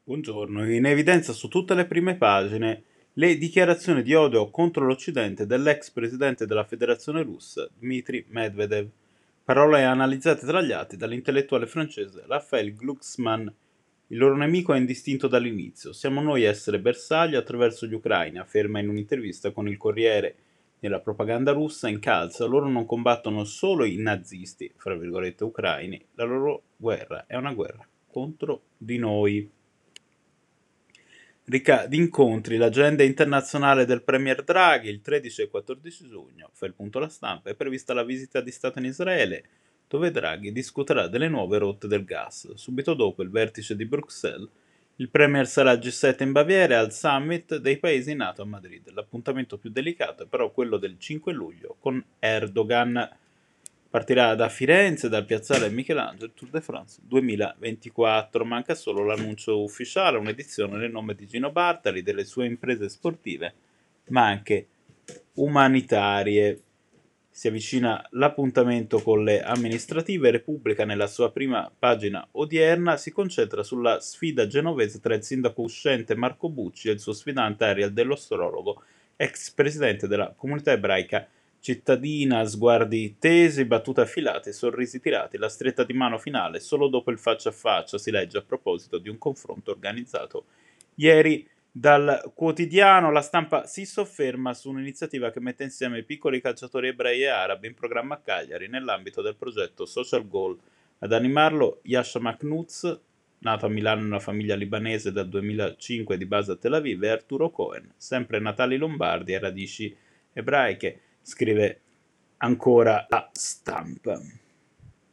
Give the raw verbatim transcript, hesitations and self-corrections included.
Buongiorno, in evidenza su tutte le prime pagine le dichiarazioni di odio contro l'Occidente dell'ex presidente della Federazione Russa, Dmitry Medvedev. Parole analizzate tra gli atti dall'intellettuale francese Raphaël Glucksmann. Il loro nemico è indistinto dall'inizio. Siamo noi a essere bersaglio attraverso gli ucraini, afferma in un'intervista con il Corriere. Nella propaganda russa incalza, loro non combattono solo i nazisti, fra virgolette, ucraini, la loro guerra è una guerra contro di noi. Rica- di incontri, l'agenda internazionale del Premier Draghi il tredici e quattordici giugno, fa il punto la stampa, è prevista la visita di Stato in Israele, dove Draghi discuterà delle nuove rotte del gas. Subito dopo il vertice di Bruxelles, il Premier sarà al G sette in Baviera e al Summit dei paesi NATO a Madrid. L'appuntamento più delicato è però quello del cinque luglio con Erdogan. Partirà da Firenze, dal piazzale Michelangelo, il Tour de France duemilaventiquattro. Manca solo l'annuncio ufficiale, un'edizione nel nome di Gino Bartali, delle sue imprese sportive, ma anche umanitarie. Si avvicina l'appuntamento con le amministrative. Repubblica, nella sua prima pagina odierna, si concentra sulla sfida genovese tra il sindaco uscente Marco Bucci e il suo sfidante Ariel dell'Ostrologo, ex presidente della comunità ebraica cittadina. Sguardi tesi, battute affilate, sorrisi tirati, la stretta di mano finale solo dopo il faccia a faccia, si legge a proposito di un confronto organizzato ieri dal quotidiano. La Stampa si sofferma su un'iniziativa che mette insieme i piccoli calciatori ebrei e arabi in programma a Cagliari nell'ambito del progetto Social Goal. Ad animarlo Yasha Maknuz, nato a Milano in una famiglia libanese dal duemilacinque di base a Tel Aviv, e Arturo Cohen, sempre natali lombardi e radici ebraiche, scrive ancora la Stampa.